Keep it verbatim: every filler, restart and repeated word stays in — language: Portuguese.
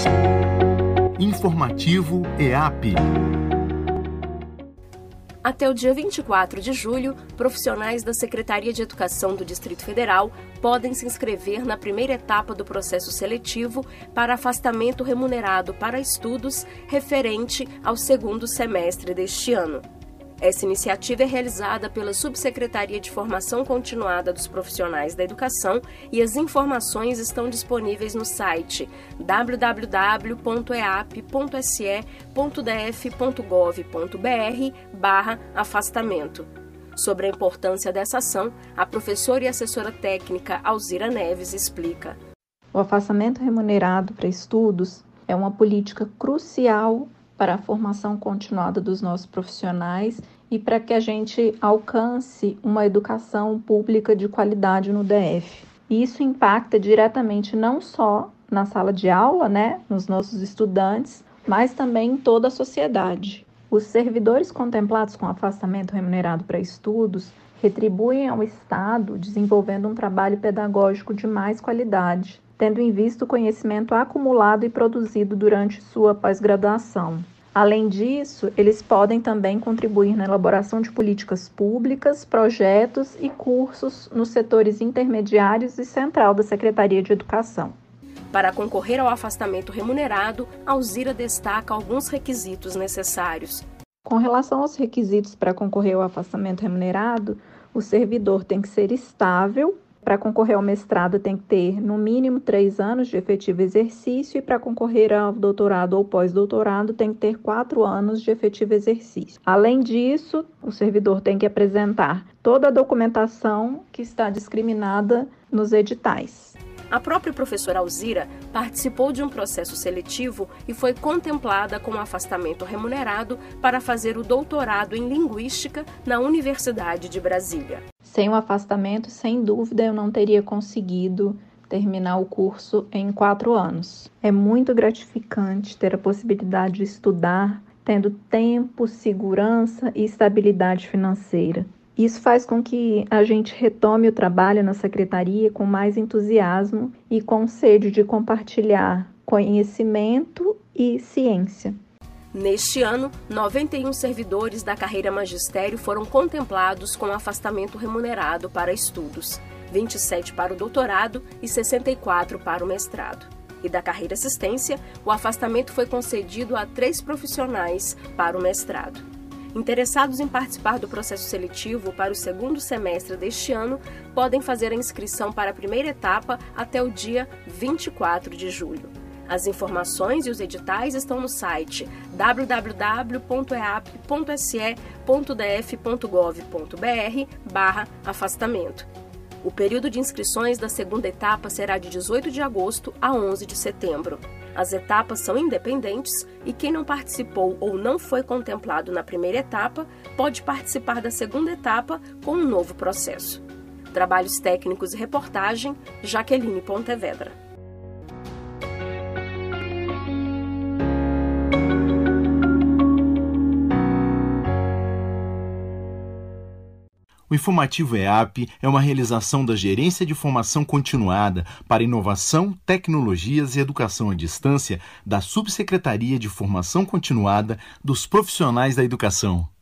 Informativo E A P. Até o dia vinte e quatro de julho, profissionais da Secretaria de Educação do Distrito Federal podem se inscrever na primeira etapa do processo seletivo para afastamento remunerado para estudos referente ao segundo semestre deste ano. Essa iniciativa é realizada pela Subsecretaria de Formação Continuada dos Profissionais da Educação e as informações estão disponíveis no site w w w ponto e a p ponto s e ponto d f ponto gov ponto b r barra afastamento. Sobre a importância dessa ação, a professora e assessora técnica Alzira Neves explica. O afastamento remunerado para estudos é uma política crucial para a formação continuada dos nossos profissionais e para que a gente alcance uma educação pública de qualidade no D F. E isso impacta diretamente não só na sala de aula, né, nos nossos estudantes, mas também em toda a sociedade. Os servidores contemplados com afastamento remunerado para estudos retribuem ao Estado desenvolvendo um trabalho pedagógico de mais qualidade, tendo em vista o conhecimento acumulado e produzido durante sua pós-graduação. Além disso, eles podem também contribuir na elaboração de políticas públicas, projetos e cursos nos setores intermediários e central da Secretaria de Educação. Para concorrer ao afastamento remunerado, Alzira destaca alguns requisitos necessários. Com relação aos requisitos para concorrer ao afastamento remunerado, o servidor tem que ser estável. Para concorrer ao mestrado tem que ter no mínimo três anos de efetivo exercício e para concorrer ao doutorado ou pós-doutorado tem que ter quatro anos de efetivo exercício. Além disso, o servidor tem que apresentar toda a documentação que está discriminada nos editais. A própria professora Alzira participou de um processo seletivo e foi contemplada com afastamento remunerado para fazer o doutorado em Linguística na Universidade de Brasília. Sem o afastamento, sem dúvida, eu não teria conseguido terminar o curso em quatro anos. É muito gratificante ter a possibilidade de estudar, tendo tempo, segurança e estabilidade financeira. Isso faz com que a gente retome o trabalho na secretaria com mais entusiasmo e com sede de compartilhar conhecimento e ciência. Neste ano, noventa e um servidores da carreira magistério foram contemplados com afastamento remunerado para estudos, vinte e sete para o doutorado e sessenta e quatro para o mestrado. E da carreira assistência, o afastamento foi concedido a três profissionais para o mestrado. Interessados em participar do processo seletivo para o segundo semestre deste ano, podem fazer a inscrição para a primeira etapa até o dia vinte e quatro de julho. As informações e os editais estão no site w w w ponto e a p ponto s e ponto d f ponto gov ponto b r barra afastamento. O período de inscrições da segunda etapa será de dezoito de agosto a onze de setembro. As etapas são independentes e quem não participou ou não foi contemplado na primeira etapa pode participar da segunda etapa com um novo processo. Trabalhos técnicos e reportagem, Jaqueline Pontevedra. O Informativo E A P é uma realização da Gerência de Formação Continuada para Inovação, Tecnologias e Educação à Distância da Subsecretaria de Formação Continuada dos Profissionais da Educação.